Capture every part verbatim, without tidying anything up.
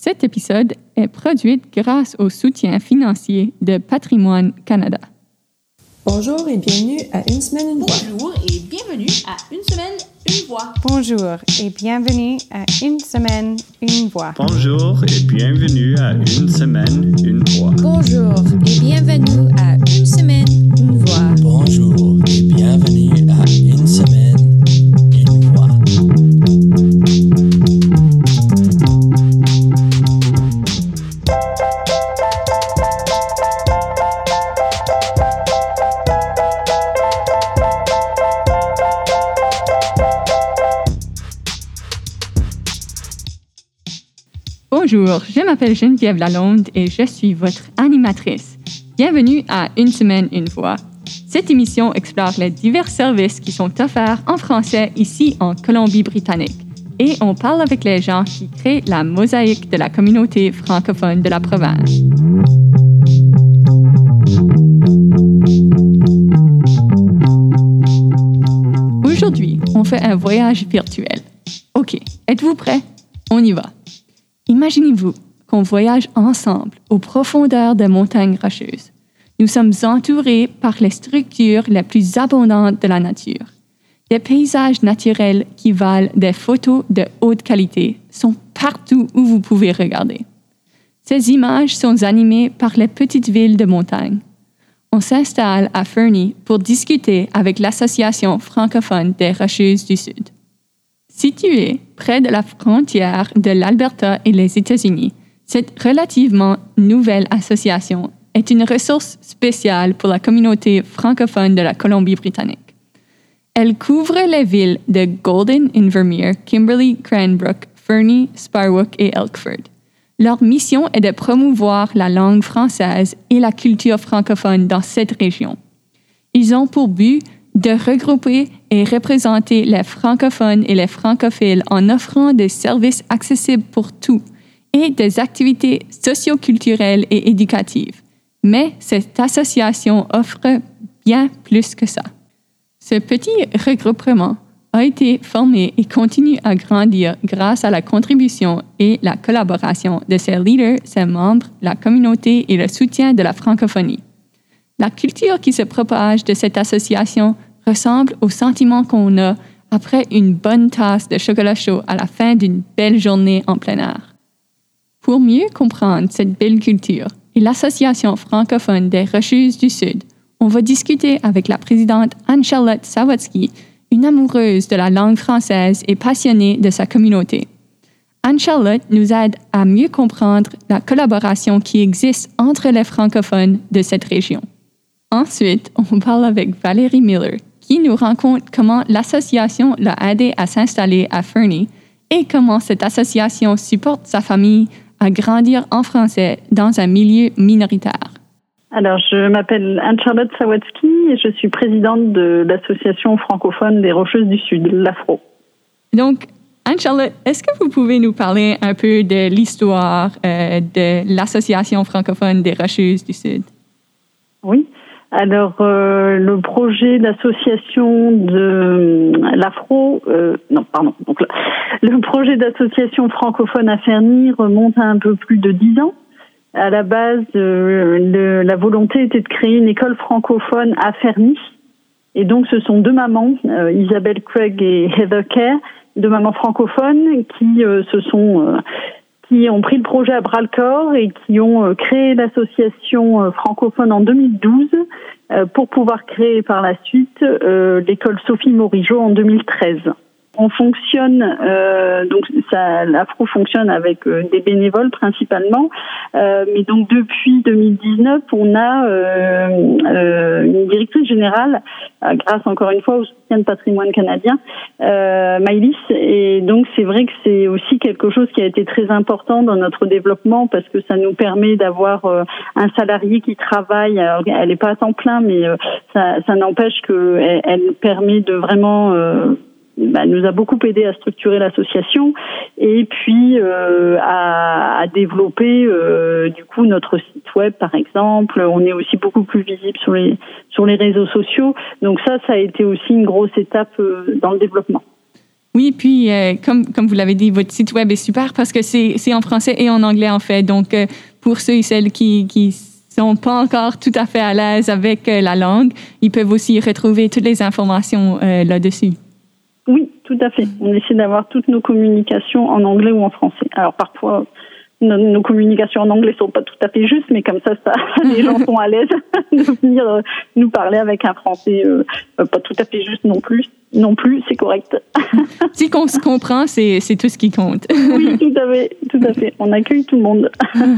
Cet épisode est produit grâce au soutien financier de Patrimoine Canada. Bonjour et bienvenue à Une semaine, une voix. Bonjour et bienvenue à Une semaine, une voix. Bonjour et bienvenue à Une semaine, une voix. Bonjour et bienvenue à Une semaine, une voix. Bonjour et bienvenue à Une semaine, une voix. Bonjour et bienvenue à Une semaine, une voix. Bonjour, je m'appelle Geneviève Lalonde et je suis votre animatrice. Bienvenue à Une semaine, une voix. Cette émission explore les divers services qui sont offerts en français ici en Colombie-Britannique. Et on parle avec les gens qui créent la mosaïque de la communauté francophone de la province. Aujourd'hui, on fait un voyage virtuel. OK, êtes-vous prêts? On y va. Imaginez-vous qu'on voyage ensemble aux profondeurs des montagnes rocheuses. Nous sommes entourés par les structures les plus abondantes de la nature. Des paysages naturels qui valent des photos de haute qualité sont partout où vous pouvez regarder. Ces images sont animées par les petites villes de montagne. On s'installe à Fernie pour discuter avec l'Association francophone des Rocheuses du Sud. Située près de la frontière de l'Alberta et les États-Unis, cette relativement nouvelle association est une ressource spéciale pour la communauté francophone de la Colombie-Britannique. Elle couvre les villes de Golden-in-Vermeer, Kimberley-Cranbrook, Fernie, Sparwook et Elkford. Leur mission est de promouvoir la langue française et la culture francophone dans cette région. Ils ont pour but de regrouper et représenter les francophones et les francophiles en offrant des services accessibles pour tous et des activités socio-culturelles et éducatives. Mais cette association offre bien plus que ça. Ce petit regroupement a été formé et continue à grandir grâce à la contribution et la collaboration de ses leaders, ses membres, la communauté et le soutien de la francophonie. La culture qui se propage de cette association ressemble au sentiment qu'on a après une bonne tasse de chocolat chaud à la fin d'une belle journée en plein air. Pour mieux comprendre cette belle culture et l'Association francophone des Rocheuses du Sud, on va discuter avec la présidente Anne-Charlotte Sawatsky, une amoureuse de la langue française et passionnée de sa communauté. Anne-Charlotte nous aide à mieux comprendre la collaboration qui existe entre les francophones de cette région. Ensuite, on parle avec Valérie Miller, qui nous raconte comment l'association l'a aidé à s'installer à Fernie et comment cette association supporte sa famille à grandir en français dans un milieu minoritaire. Alors, je m'appelle Anne-Charlotte Sawatsky et je suis présidente de l'Association francophone des Rocheuses du Sud, l'Afro. Donc, Anne-Charlotte, est-ce que vous pouvez nous parler un peu de l'histoire euh, de l'Association francophone des Rocheuses du Sud? Oui. Alors, euh, le projet d'association de euh, l'Afro, euh, non, pardon, donc le, le projet d'association francophone à Fernie remonte à un peu plus de dix ans. À la base, euh, le, la volonté était de créer une école francophone à Fernie. Et donc, ce sont deux mamans, euh, Isabelle Craig et Heather Kerr, deux mamans francophones qui euh, se sont euh, qui ont pris le projet à bras-le-corps et qui ont euh, créé l'association euh, francophone en deux mille douze euh, pour pouvoir créer par la suite euh, l'école Sophie Morigeau en deux mille treize. On fonctionne, euh, donc ça, l'Afro fonctionne avec euh, des bénévoles principalement, euh, mais donc depuis deux mille dix-neuf, on a euh, euh, une directrice générale, euh, grâce encore une fois au soutien de Patrimoine canadien, euh, Maïlis, et donc c'est vrai que c'est aussi quelque chose qui a été très important dans notre développement parce que ça nous permet d'avoir euh, un salarié qui travaille, alors, elle n'est pas à temps plein, mais euh, ça, ça n'empêche qu'elle elle permet de vraiment... Euh, Bah, nous a beaucoup aidé à structurer l'association et puis euh, à, à développer euh, du coup notre site web par exemple. On est aussi beaucoup plus visible sur les sur les réseaux sociaux. Donc ça, ça a été aussi une grosse étape euh, dans le développement. Oui, puis euh, comme, comme vous l'avez dit, votre site web est super parce que c'est, c'est en français et en anglais, en fait. Donc, euh, pour ceux et celles qui qui sont pas encore tout à fait à l'aise avec euh, la langue, ils peuvent aussi retrouver toutes les informations euh, là-dessus. Oui, tout à fait. On essaie d'avoir toutes nos communications en anglais ou en français. Alors, parfois, nos, nos communications en anglais sont pas tout à fait justes, mais comme ça, ça les gens sont à l'aise de venir euh, nous parler avec un français euh, pas tout à fait juste non plus. Non plus, c'est correct. Si qu'on se comprend, c'est, c'est tout ce qui compte. Oui, tout à fait, tout à fait. On accueille tout le monde.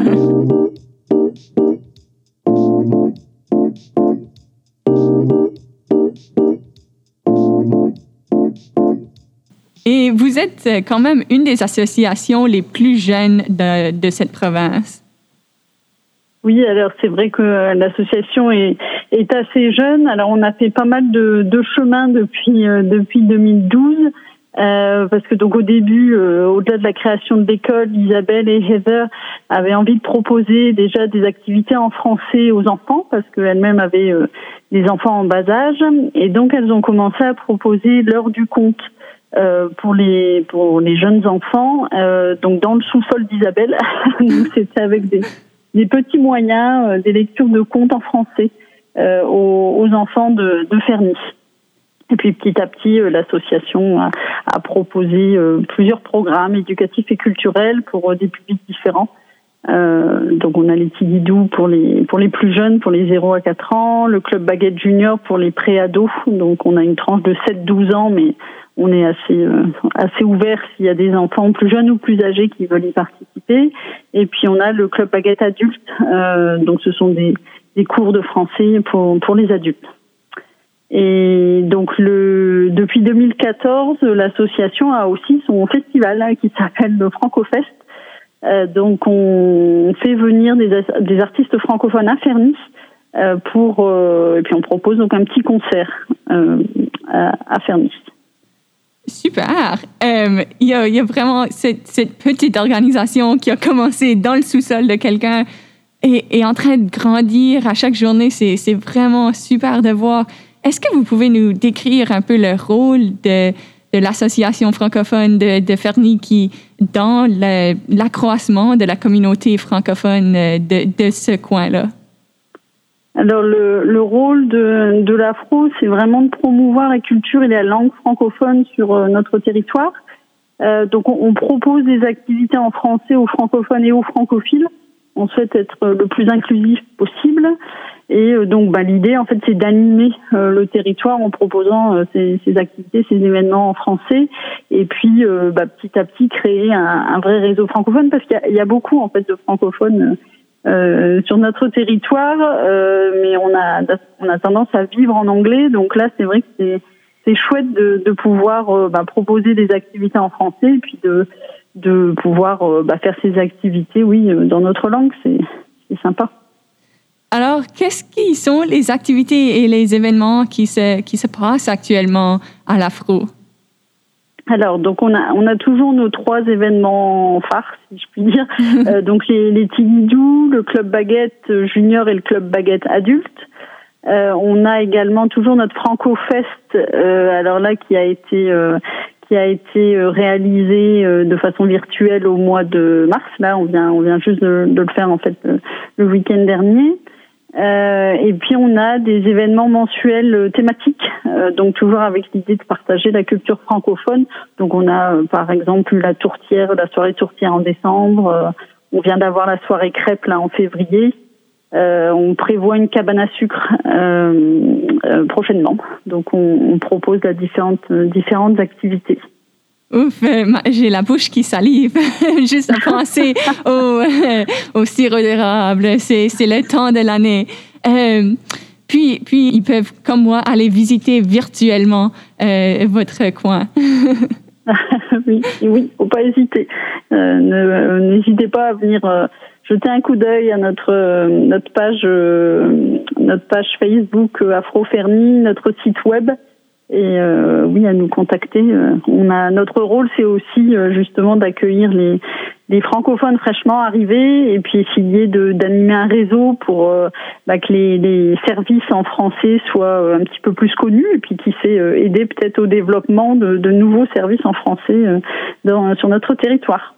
Et vous êtes quand même une des associations les plus jeunes de, de cette province. Oui, alors c'est vrai que l'association est, est assez jeune. Alors on a fait pas mal de, de chemin depuis, euh, depuis deux mille douze. Euh, parce que donc au début, euh, au-delà de la création de l'école, Isabelle et Heather avaient envie de proposer déjà des activités en français aux enfants parce qu'elles-mêmes avaient euh, des enfants en bas âge. Et donc elles ont commencé à proposer l'heure du conte euh, pour les pour les jeunes enfants. Euh, donc dans le sous-sol d'Isabelle, donc c'était avec des des petits moyens, euh, des lectures de contes en français euh, aux, aux enfants de, de Ferny. Et puis petit à petit, euh, l'association a, a proposé euh, plusieurs programmes éducatifs et culturels pour euh, des publics différents. Euh, donc on a les Tigidou pour les pour les plus jeunes, pour les zéro à quatre ans, le Club Baguette Junior pour les pré-ados. Donc on a une tranche de sept à douze ans, mais on est assez euh, assez ouvert s'il y a des enfants plus jeunes ou plus âgés qui veulent y participer. Et puis on a le Club Baguette Adulte. Euh, donc ce sont des des cours de français pour pour les adultes. Et donc le depuis deux mille quatorze, l'association a aussi son festival hein, qui s'appelle le Francofest. Euh, donc on fait venir des, des artistes francophones à Ferny euh, pour euh, et puis on propose donc un petit concert euh, à, à Ferny. Super. Il euh, y, a, y a vraiment cette, cette petite organisation qui a commencé dans le sous-sol de quelqu'un et est en train de grandir à chaque journée. C'est, c'est vraiment super de voir. Est-ce que vous pouvez nous décrire un peu le rôle de, de l'association francophone de, de Ferny qui, dans le, l'accroissement de la communauté francophone de, de ce coin-là? Alors le, le rôle de, de l'Afro, c'est vraiment de promouvoir la culture et la langue francophone sur euh, notre territoire. Euh, donc on, on propose des activités en français aux francophones et aux francophiles. On souhaite être le plus inclusif possible. Et euh, donc bah, l'idée en fait c'est d'animer euh, le territoire en proposant euh, ces, ces activités, ces événements en français. Et puis euh, bah, petit à petit créer un, un vrai réseau francophone parce qu'il y a, il y a beaucoup en fait de francophones. Euh, sur notre territoire, euh, mais on a on a tendance à vivre en anglais, donc là c'est vrai que c'est c'est chouette de, de pouvoir euh, bah, proposer des activités en français et puis de de pouvoir euh, bah, faire ces activités, oui, dans notre langue, c'est c'est sympa. Alors, qu'est-ce qui sont les activités et les événements qui se qui se passent actuellement à l'Afro? Alors, donc on a on a toujours nos trois événements phares, si je puis dire. euh, donc les les Tigidou, le Club Baguette Junior et le Club Baguette Adulte. Euh, on a également toujours notre Francofest. Euh, alors là, qui a été euh, qui a été réalisé euh, de façon virtuelle au mois de mars. Là, on vient on vient juste de, de le faire en fait le, le week-end dernier. Euh, et puis on a des événements mensuels thématiques, euh, donc toujours avec l'idée de partager la culture francophone. Donc on a euh, par exemple la tourtière, la soirée tourtière en décembre. Euh, on vient d'avoir la soirée crêpe là en février. Euh, on prévoit une cabane à sucre euh, euh, prochainement. Donc on, on propose là différentes euh, différentes activités. Ouf, j'ai la bouche qui salive juste à penser au, au sirop d'érable. C'est, c'est le temps de l'année. Euh, puis, puis, ils peuvent, comme moi, aller visiter virtuellement euh, votre coin. oui, oui, faut pas hésiter. Euh, ne, n'hésitez pas à venir euh, jeter un coup d'œil à notre euh, notre page euh, notre page Facebook euh, Afro Ferny, notre site web. et euh, oui, à nous contacter. On a notre rôle, c'est aussi euh, justement d'accueillir les les francophones fraîchement arrivés et puis essayer de d'animer un réseau pour euh, bah, que les, les services en français soient un petit peu plus connus et puis qui sait euh, aider peut-être au développement de, de nouveaux services en français euh, dans, sur notre territoire.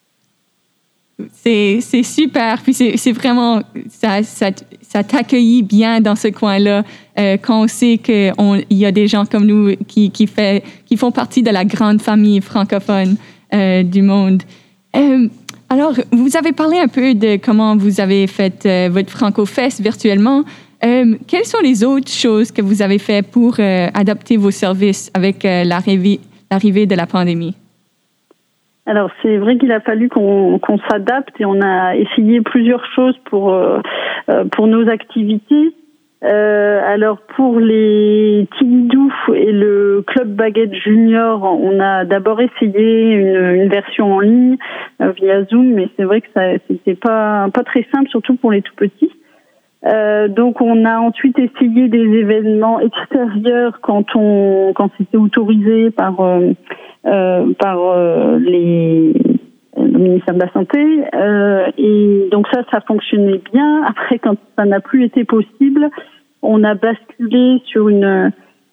C'est, c'est super, puis c'est, c'est vraiment, ça, ça, ça t'accueille bien dans ce coin-là, euh, quand on sait qu'il y a des gens comme nous qui, qui, fait, qui font partie de la grande famille francophone euh, du monde. Euh, alors, vous avez parlé un peu de comment vous avez fait euh, votre FrancoFest virtuellement. Euh, quelles sont les autres choses que vous avez fait pour euh, adapter vos services avec euh, l'arrivée, l'arrivée de la pandémie? Alors, c'est vrai qu'il a fallu qu'on, qu'on s'adapte et on a essayé plusieurs choses pour, euh, pour nos activités. Euh, alors, pour les Tididou et le Club Baguette Junior, on a d'abord essayé une, une version en ligne euh, via Zoom, mais c'est vrai que ça c'était pas, pas très simple, surtout pour les tout petits. Euh, donc, on a ensuite essayé des événements extérieurs quand on quand c'était autorisé par euh, euh, par euh, les le ministère de la Santé. Euh, et donc ça, ça fonctionnait bien. Après, quand ça n'a plus été possible, on a basculé sur une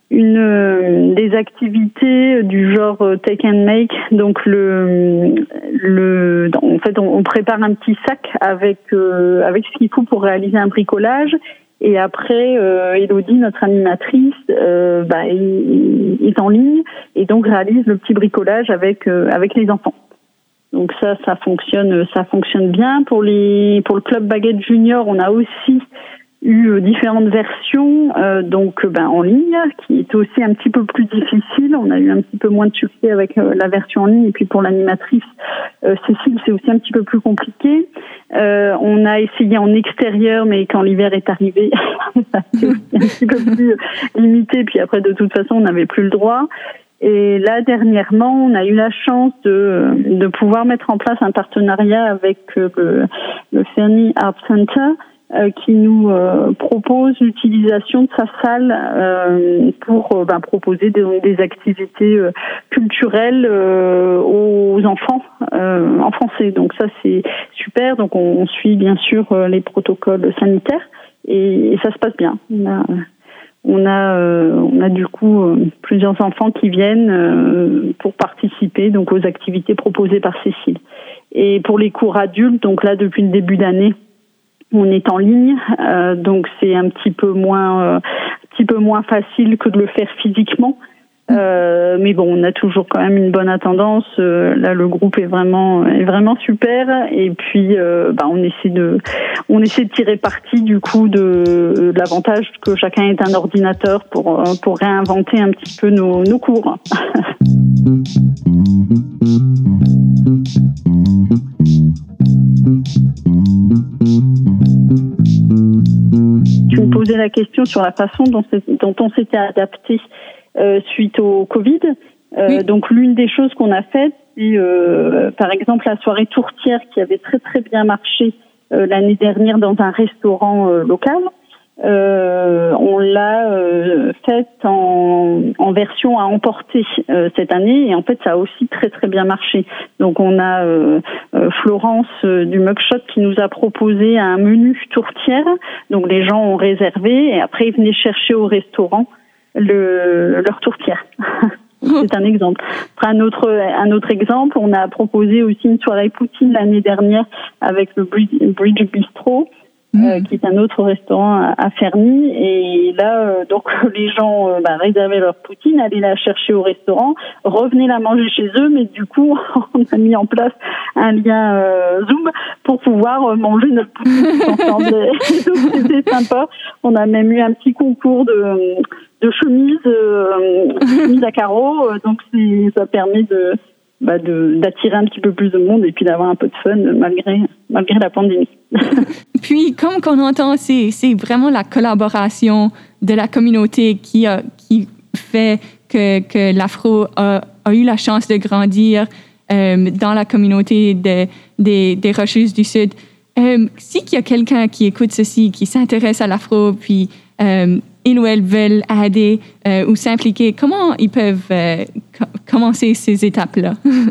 une des activités du genre take and make. Donc le le en fait on, on prépare un petit sac avec euh, avec ce qu'il faut pour réaliser un bricolage. Et après, euh, Élodie, notre animatrice, euh, bah, est, est en ligne et donc réalise le petit bricolage avec euh, avec les enfants. Donc ça, ça fonctionne, ça fonctionne bien. Pour les pour le Club Baguette Junior, on a aussi eu différentes versions, euh, donc ben en ligne, qui est aussi un petit peu plus difficile. On a eu un petit peu moins de succès avec euh, la version en ligne, et puis pour l'animatrice euh, Cécile, c'est aussi un petit peu plus compliqué. Euh, on a essayé en extérieur, mais quand l'hiver est arrivé, ça c'est aussi un petit peu plus limité. Puis après, de toute façon, on n'avait plus le droit. Et là, dernièrement, on a eu la chance de, de pouvoir mettre en place un partenariat avec euh, le, le Fernie Art Center, euh, qui nous euh, propose l'utilisation de sa salle euh, pour euh, ben, proposer des, des activités euh, culturelles euh, aux enfants euh, en français. Donc ça, c'est super. Donc on, on suit bien sûr euh, les protocoles sanitaires et, et ça se passe bien. On a, on a, euh, on a du coup euh, plusieurs enfants qui viennent euh, pour participer donc aux activités proposées par Cécile. Et pour les cours adultes, donc là depuis le début d'année, on est en ligne, euh, donc c'est un petit peu moins, euh, un petit peu moins facile que de le faire physiquement. Euh, mais bon, on a toujours quand même une bonne attendance. Euh, là, le groupe est vraiment, est vraiment super. Et puis, euh, bah, on essaie de, on essaie de tirer parti du coup de, de l'avantage que chacun ait un ordinateur pour, pour réinventer un petit peu nos, nos cours. Tu me posais la question sur la façon dont, dont on s'était adapté euh, suite au Covid. Euh, oui. Donc l'une des choses qu'on a faites, c'est euh, par exemple la soirée tourtière qui avait très très bien marché euh, l'année dernière dans un restaurant euh, local. Euh, on l'a euh, faite en, en version à emporter euh, cette année et en fait ça a aussi très très bien marché. Donc on a euh, euh, Florence euh, du Mugshot qui nous a proposé un menu tourtière. Donc les gens ont réservé et après ils venaient chercher au restaurant le, leur tourtière. C'est un exemple. Après un autre un autre exemple, on a proposé aussi une soirée poutine l'année dernière avec le Bridge Bistro. Euh, qui est un autre restaurant à, à Ferny. Et là, euh, donc les gens euh, bah, réservaient leur poutine, allaient la chercher au restaurant, revenaient la manger chez eux, mais du coup, on a mis en place un lien euh, Zoom pour pouvoir euh, manger notre poutine ensemble. Donc c'était sympa. On a même eu un petit concours de, de chemises, euh, chemises à carreaux. Donc c'est, ça permet de Bah de, d'attirer un petit peu plus de monde et puis d'avoir un peu de fun malgré, malgré la pandémie. Puis, comme qu'on entend, c'est, c'est vraiment la collaboration de la communauté qui, a, qui fait que, que l'Afro a, a eu la chance de grandir euh, dans la communauté de, des, des Rocheuses du Sud. Euh, si il y a quelqu'un qui écoute ceci, qui s'intéresse à l'Afro, puis euh, ils ou elles veulent aider euh, ou s'impliquer, comment ils peuvent euh, co- commencer ces étapes-là?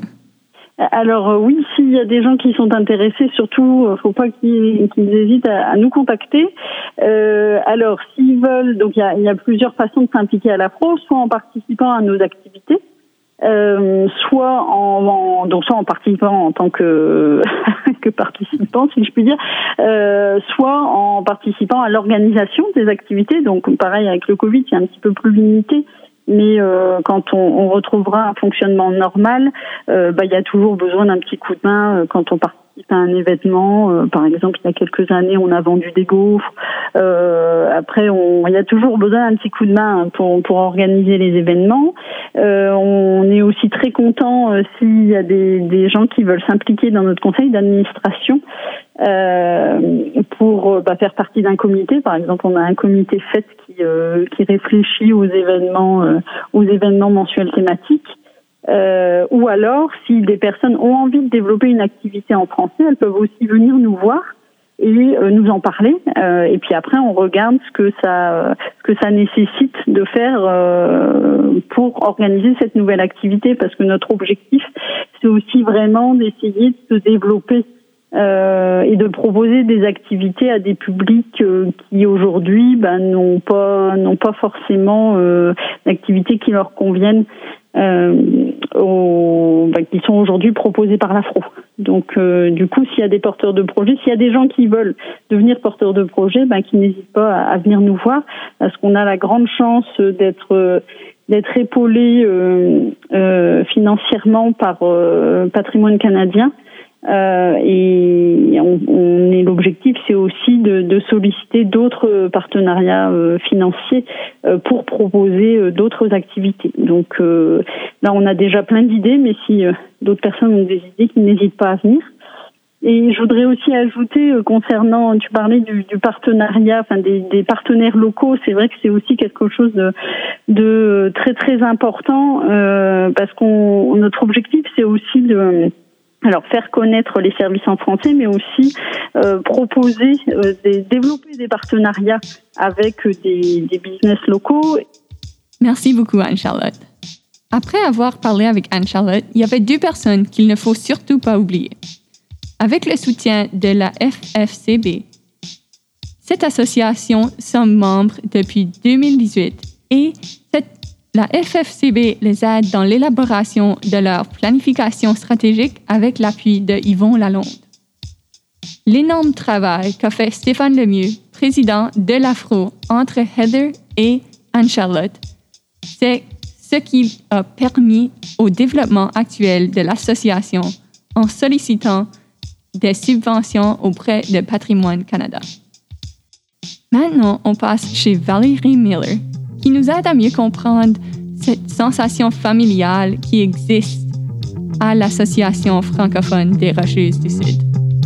Alors euh, oui, s'il y a des gens qui sont intéressés, surtout, euh, faut pas qu'ils, qu'ils hésitent à, à nous contacter. Euh, alors, s'ils veulent, donc il y a, il y a plusieurs façons de s'impliquer à l'Afro, soit en participant à nos activités, euh, soit en, en donc soit en participant en tant que que participant, si je puis dire, euh, soit en participant à l'organisation des activités. Donc pareil avec le Covid, c'est un petit peu plus limité. Mais euh, quand on, on retrouvera un fonctionnement normal, euh, bah il y a toujours besoin d'un petit coup de main euh, quand on participe à un événement. Euh, par exemple, il y a quelques années, on a vendu des gaufres. Euh, après, on, il y a toujours besoin d'un petit coup de main pour pour organiser les événements. Euh, on est aussi très content euh, s'il y a des des gens qui veulent s'impliquer dans notre conseil d'administration. Euh, pour bah, faire partie d'un comité. Par exemple, on a un comité fête qui euh, qui réfléchit aux événements euh, aux événements mensuels thématiques. Euh, ou alors, si des personnes ont envie de développer une activité en français, elles peuvent aussi venir nous voir et euh, nous en parler. Euh, et puis après, on regarde ce que ça ce que ça nécessite de faire euh, pour organiser cette nouvelle activité, parce que notre objectif, c'est aussi vraiment d'essayer de se développer Euh, et de proposer des activités à des publics euh, qui aujourd'hui ben, n'ont pas n'ont pas forcément euh, d'activités qui leur conviennent, euh, aux, ben, qui sont aujourd'hui proposées par l'Afro. Donc euh, du coup, s'il y a des porteurs de projets, s'il y a des gens qui veulent devenir porteurs de projets, ben, qui n'hésitent pas à, à venir nous voir, parce qu'on a la grande chance d'être euh, d'être épaulés euh, euh, financièrement par euh, Patrimoine canadien. Euh, et on, on est l'objectif, c'est aussi de, de solliciter d'autres partenariats euh, financiers euh, pour proposer euh, d'autres activités. Donc euh, là, on a déjà plein d'idées, mais si euh, d'autres personnes ont des idées, qu'ils n'hésitent pas à venir. Et je voudrais aussi ajouter euh, concernant, tu parlais du, du partenariat, enfin des, des partenaires locaux. C'est vrai que c'est aussi quelque chose de, de très très important euh, parce qu'on notre objectif, c'est aussi de Alors, faire connaître les services en français, mais aussi euh, proposer, euh, des, développer des partenariats avec des, des business locaux. Merci beaucoup, Anne-Charlotte. Après avoir parlé avec Anne-Charlotte, il y avait deux personnes qu'il ne faut surtout pas oublier. Avec le soutien de la F F C B, cette association sommes membres depuis deux mille dix-huit et cette La F F C B les aide dans l'élaboration de leur planification stratégique avec l'appui de Yvon Lalonde. L'énorme travail qu'a fait Stéphane Lemieux, président de l'Afro, entre Heather et Anne-Charlotte, c'est ce qui a permis au développement actuel de l'association en sollicitant des subventions auprès de Patrimoine Canada. Maintenant, on passe chez Valérie Miller, qui nous aide à mieux comprendre cette sensation familiale qui existe à l'Association francophone des Rocheuses du Sud.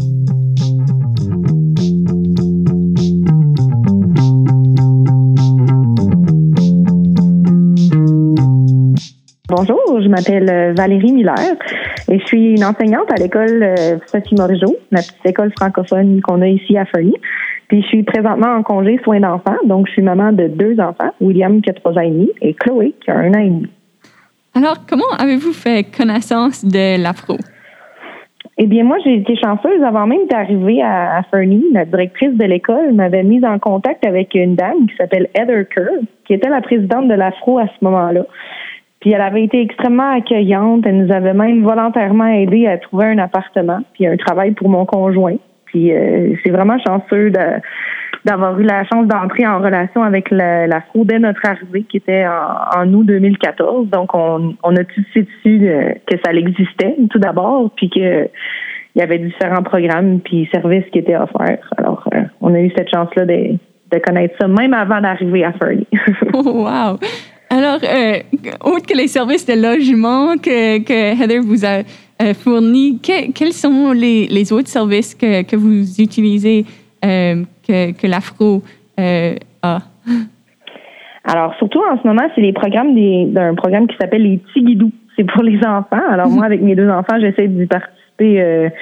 Bonjour, je m'appelle Valérie Miller et je suis une enseignante à l'école Sophie Moreau, la petite école francophone qu'on a ici à Fernie. Puis je suis présentement en congé soins d'enfants, donc je suis maman de deux enfants, William qui a trois ans et demi et Chloé qui a un an et demi. Alors, comment avez-vous fait connaissance de l'Afro? Eh bien, moi, j'ai été chanceuse. Avant même d'arriver à, à Fernie, la directrice de l'école m'avait mise en contact avec une dame qui s'appelle Heather Kerr, qui était la présidente de l'Afro à ce moment-là. Puis elle avait été extrêmement accueillante. Elle nous avait même volontairement aidé à trouver un appartement puis un travail pour mon conjoint. Puis euh, c'est vraiment chanceux de, d'avoir eu la chance d'entrer en relation avec la, l'Afro dès notre arrivée, qui était en, en août deux mille quatorze. Donc, on, on a tout su dessus euh, que ça existait, tout d'abord, puis que il y avait différents programmes puis services qui étaient offerts. Alors, euh, on a eu cette chance-là de, de connaître ça, même avant d'arriver à Fernie. Oh, wow! Alors, euh, autre que les services de logement que, que Heather vous a euh, fournis, que, quels sont les, les autres services que, que vous utilisez, euh, que, que l'Afro euh, a? Alors, surtout en ce moment, c'est les programmes des, d'un programme qui s'appelle les Petits Guidous. C'est pour les enfants. Alors, moi, avec mes deux enfants, j'essaie d'y participer euh,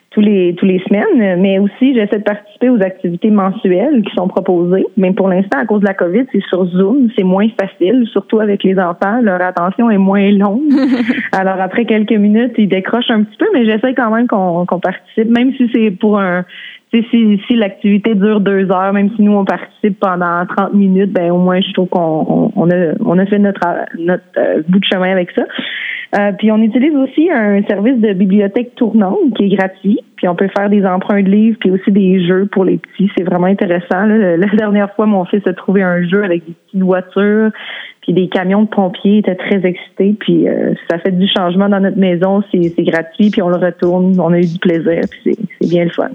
tous les tous les semaines, mais aussi j'essaie de participer aux activités mensuelles qui sont proposées. Mais pour l'instant, à cause de la COVID, c'est sur Zoom, c'est moins facile, surtout avec les enfants, leur attention est moins longue. Alors après quelques minutes, ils décrochent un petit peu, mais j'essaie quand même qu'on, qu'on participe, même si c'est pour un si, si, si l'activité dure deux heures, même si nous on participe pendant trente minutes, ben au moins je trouve qu'on on, on a on a fait notre notre euh, bout de chemin avec ça. Euh, puis on utilise aussi un service de bibliothèque tournante qui est gratuit. Puis on peut faire des emprunts de livres puis aussi des jeux pour les petits. C'est vraiment intéressant. Là. La dernière fois, mon fils a trouvé un jeu avec des petites voitures puis des camions de pompiers. Il était très excité. Puis euh, ça fait du changement dans notre maison. C'est, c'est gratuit. Puis on le retourne. On a eu du plaisir. Puis c'est, c'est bien le fun.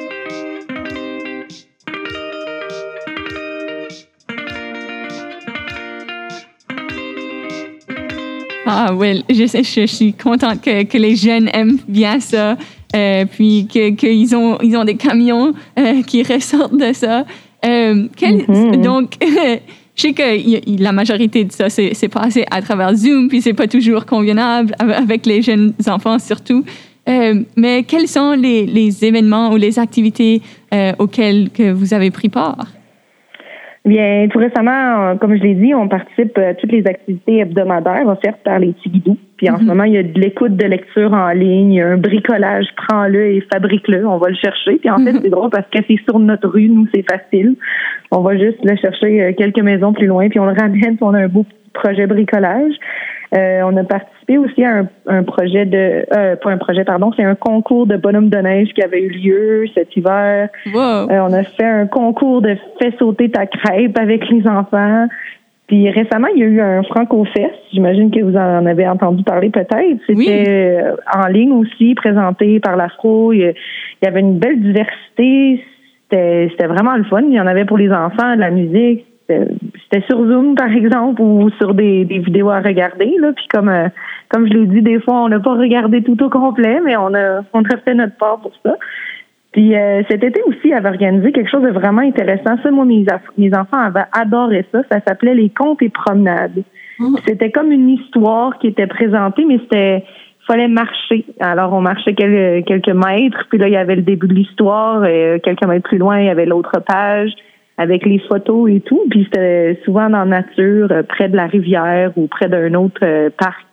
Ah oui, je, sais, je, je suis contente que, que les jeunes aiment bien ça, euh, puis que, qu'ils ont, ils ont des camions euh, qui ressortent de ça. Euh, quel, mm-hmm. Donc, euh, je sais que y, la majorité de ça, c'est, c'est passé à travers Zoom, puis c'est pas toujours convenable avec les jeunes enfants surtout. Euh, mais quels sont les, les événements ou les activités euh, auxquelles que vous avez pris part? Bien, tout récemment, comme je l'ai dit, on participe à toutes les activités hebdomadaires offertes par les Tigidou. Puis en mm-hmm. ce moment, il y a de l'écoute de lecture en ligne, il y a un bricolage, prends-le et fabrique-le, on va le chercher. Puis en fait, mm-hmm. c'est drôle parce que c'est sur notre rue, nous, c'est facile. On va juste le chercher quelques maisons plus loin, puis on le ramène, puis on a un beau petit projet bricolage. Euh, on a participé aussi à un, un projet de, euh, pas un projet, pardon, c'est un concours de bonhomme de neige qui avait eu lieu cet hiver. Wow. Euh, on a fait un concours de fais sauter ta crêpe avec les enfants. Puis récemment, il y a eu un Franco-Fest. J'imagine que vous en avez entendu parler peut-être. C'était oui. en ligne aussi, présenté par l'Afro. Il y avait une belle diversité. C'était, c'était vraiment le fun. Il y en avait pour les enfants, de la musique. C'était sur Zoom, par exemple, ou sur des, des vidéos à regarder. Là. Puis comme euh, comme je l'ai dit, des fois, on n'a pas regardé tout au complet, mais on a, on a fait notre part pour ça. Puis euh, cet été aussi, avait organisé quelque chose de vraiment intéressant. Ça, moi, mes, mes enfants avaient adoré ça. Ça s'appelait les contes et promenades. Mmh. C'était comme une histoire qui était présentée, mais c'était fallait marcher. Alors, on marchait quelques, quelques mètres, puis là, il y avait le début de l'histoire. Et quelques mètres plus loin, il y avait l'autre page avec les photos et tout. Puis c'était souvent dans la nature, près de la rivière ou près d'un autre parc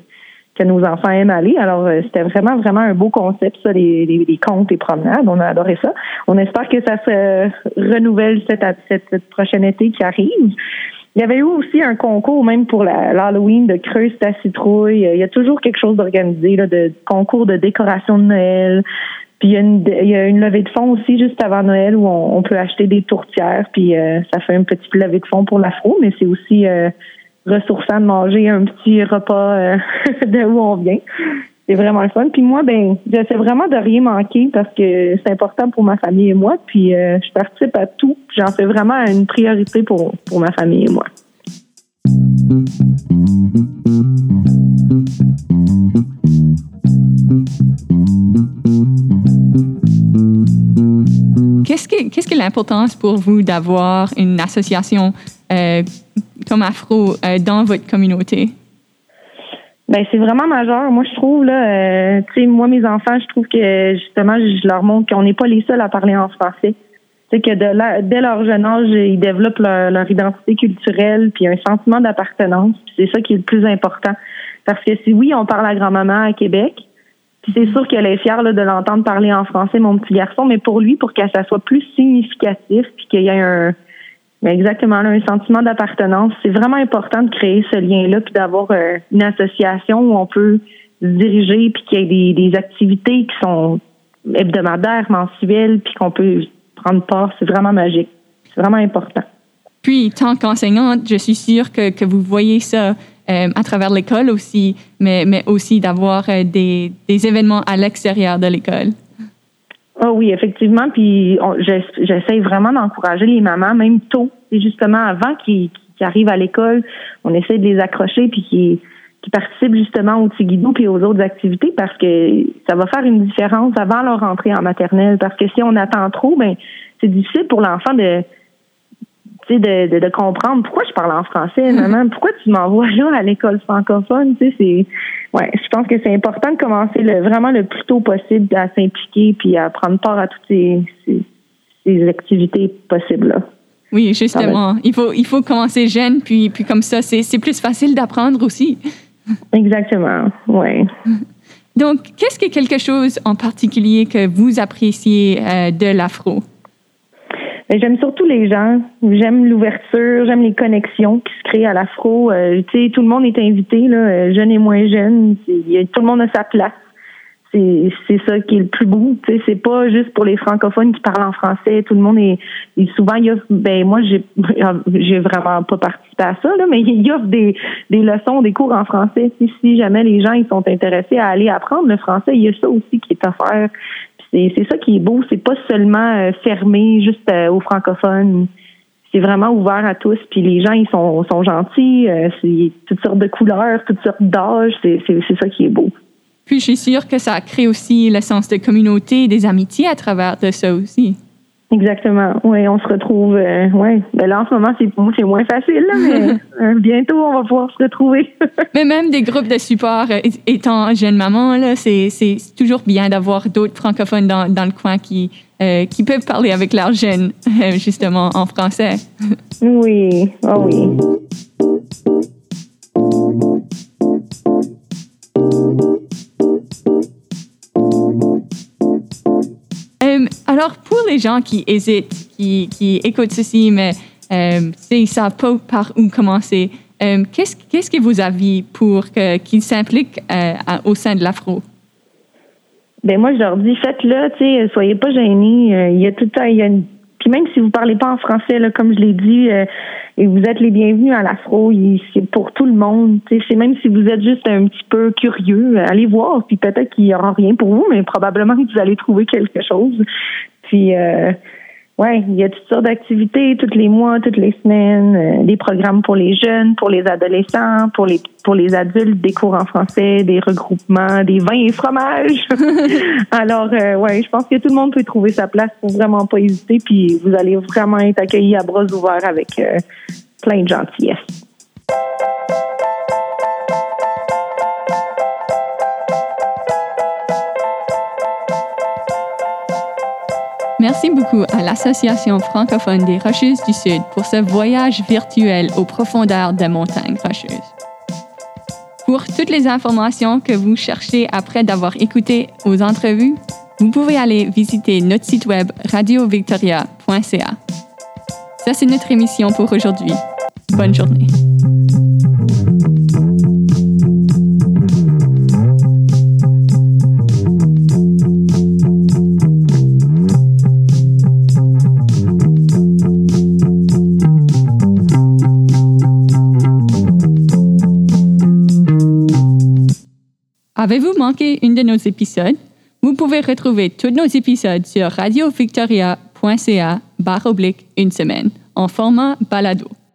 que nos enfants aiment aller. Alors, c'était vraiment, vraiment un beau concept, ça, les, les, les contes et promenades. On a adoré ça. On espère que ça se renouvelle cet, cet, cet prochain été qui arrive. Il y avait eu aussi un concours, même pour la, l'Halloween, de Creuse ta citrouille. Il y a toujours quelque chose d'organisé, là, de concours de décoration de Noël. Puis il y a une, il y a une levée de fonds aussi juste avant Noël où on, on peut acheter des tourtières. Puis euh, ça fait une petite levée de fonds pour l'Afro, mais c'est aussi euh, ressourçant de manger un petit repas euh, de où on vient. C'est vraiment le fun. Puis moi, ben, j'essaie vraiment de rien manquer parce que c'est important pour ma famille et moi. Puis euh, je participe à tout. J'en fais vraiment une priorité pour, pour ma famille et moi. Qu'est-ce que, qu'est-ce que l'importance pour vous d'avoir une association euh, comme Afro euh, dans votre communauté? Ben c'est vraiment majeur. Moi, je trouve là, euh, tu sais, moi mes enfants, je trouve que justement, je leur montre qu'on n'est pas les seuls à parler en français. Tu sais que de la, dès leur jeune âge, ils développent leur, leur identité culturelle puis un sentiment d'appartenance. Puis c'est ça qui est le plus important. Parce que si oui, on parle à grand-maman à Québec. Puis c'est sûr qu'elle est fière là, de l'entendre parler en français, mon petit garçon, mais pour lui, pour que ça soit plus significatif, puis qu'il y ait un, exactement là, un sentiment d'appartenance, c'est vraiment important de créer ce lien-là, puis d'avoir euh, une association où on peut se diriger, puis qu'il y ait des, des activités qui sont hebdomadaires, mensuelles, puis qu'on peut prendre part. C'est vraiment magique. C'est vraiment important. Puis, tant qu'enseignante, je suis sûre que, que vous voyez ça euh, à travers l'école aussi, mais, mais aussi d'avoir euh, des, des événements à l'extérieur de l'école. Ah oui, effectivement. Puis, on, j'essaie vraiment d'encourager les mamans, même tôt. Et justement, avant qu'ils, qu'ils arrivent à l'école, on essaie de les accrocher puis qu'ils, qu'ils participent justement au Tigidou puis aux autres activités parce que ça va faire une différence avant leur entrée en maternelle. Parce que si on attend trop, ben c'est difficile pour l'enfant de tu sais, de, de, de comprendre pourquoi je parle en français, maman, pourquoi tu m'envoies là à l'école francophone, tu sais, c'est, ouais, je pense que c'est important de commencer le, vraiment le plus tôt possible à s'impliquer puis à prendre part à toutes ces, ces, ces activités possibles-là. Oui, justement. Il faut, il faut commencer jeune, puis, puis comme ça, c'est, c'est plus facile d'apprendre aussi. Exactement, oui. Donc, qu'est-ce que quelque chose en particulier que vous appréciez euh, de l'afro? J'aime surtout les gens. J'aime l'ouverture, j'aime les connexions qui se créent à l'afro. Euh, tu sais, tout le monde est invité, là, jeune et moins jeune. C'est, tout le monde a sa place. C'est, c'est ça qui est le plus beau. Tu sais, c'est pas juste pour les francophones qui parlent en français. Tout le monde est, et souvent il y a, ben moi j'ai, j'ai vraiment pas participé à ça là, mais il y a des, des leçons, des cours en français. Si, si jamais les gens ils sont intéressés à aller apprendre le français, il y a ça aussi qui est offert. C'est, c'est ça qui est beau. C'est pas seulement fermé juste aux francophones. C'est vraiment ouvert à tous. Puis les gens, ils sont, sont gentils. C'est toutes sortes de couleurs, toutes sortes d'âges. C'est, c'est, c'est ça qui est beau. Puis je suis sûre que ça crée aussi le sens de communauté, des amitiés à travers de ça aussi. Exactement. Oui, on se retrouve. Euh, ouais. Ben là, en ce moment, c'est, c'est moins facile, là, mais euh, bientôt, on va pouvoir se retrouver. Mais même des groupes de support, euh, étant jeune maman, là, c'est, c'est toujours bien d'avoir d'autres francophones dans, dans le coin qui, euh, qui peuvent parler avec leurs jeunes, euh, justement, en français. Oui, oh oui. Euh, alors, pour les gens qui hésitent, qui, qui écoutent ceci, mais euh, ils ne savent pas par où commencer, euh, qu'est-ce, qu'est-ce que vous avez pour que, qu'ils s'impliquent euh, à, au sein de l'afro? Ben moi, je leur dis, faites-le, tu sais, soyez pas gênés. Euh, il y a tout le temps, il y a une... Puis même si vous parlez pas en français, là, comme je l'ai dit, euh, et vous êtes les bienvenus à l'afro, il, c'est pour tout le monde. Tu sais, c'est même si vous êtes juste un petit peu curieux, allez voir, puis peut-être qu'il y aura rien pour vous, mais probablement que vous allez trouver quelque chose. Puis, euh, ouais, il y a toutes sortes d'activités tous les mois, toutes les semaines, euh, des programmes pour les jeunes, pour les adolescents, pour les pour les adultes, des cours en français, des regroupements, des vins et fromages. Alors, euh, ouais, je pense que tout le monde peut trouver sa place. Faut vraiment pas hésiter, puis vous allez vraiment être accueillis à bras ouverts avec euh, plein de gentillesse. Merci beaucoup à l'Association francophone des Rocheuses du Sud pour ce voyage virtuel aux profondeurs des montagnes rocheuses. Pour toutes les informations que vous cherchez après d'avoir écouté aux entrevues, vous pouvez aller visiter notre site web radio victoria point c a. Ça, c'est notre émission pour aujourd'hui. Bonne journée. Avez-vous manqué une de nos épisodes? Vous pouvez retrouver tous nos épisodes sur radio victoria point c a barre oblique une semaine en format balado.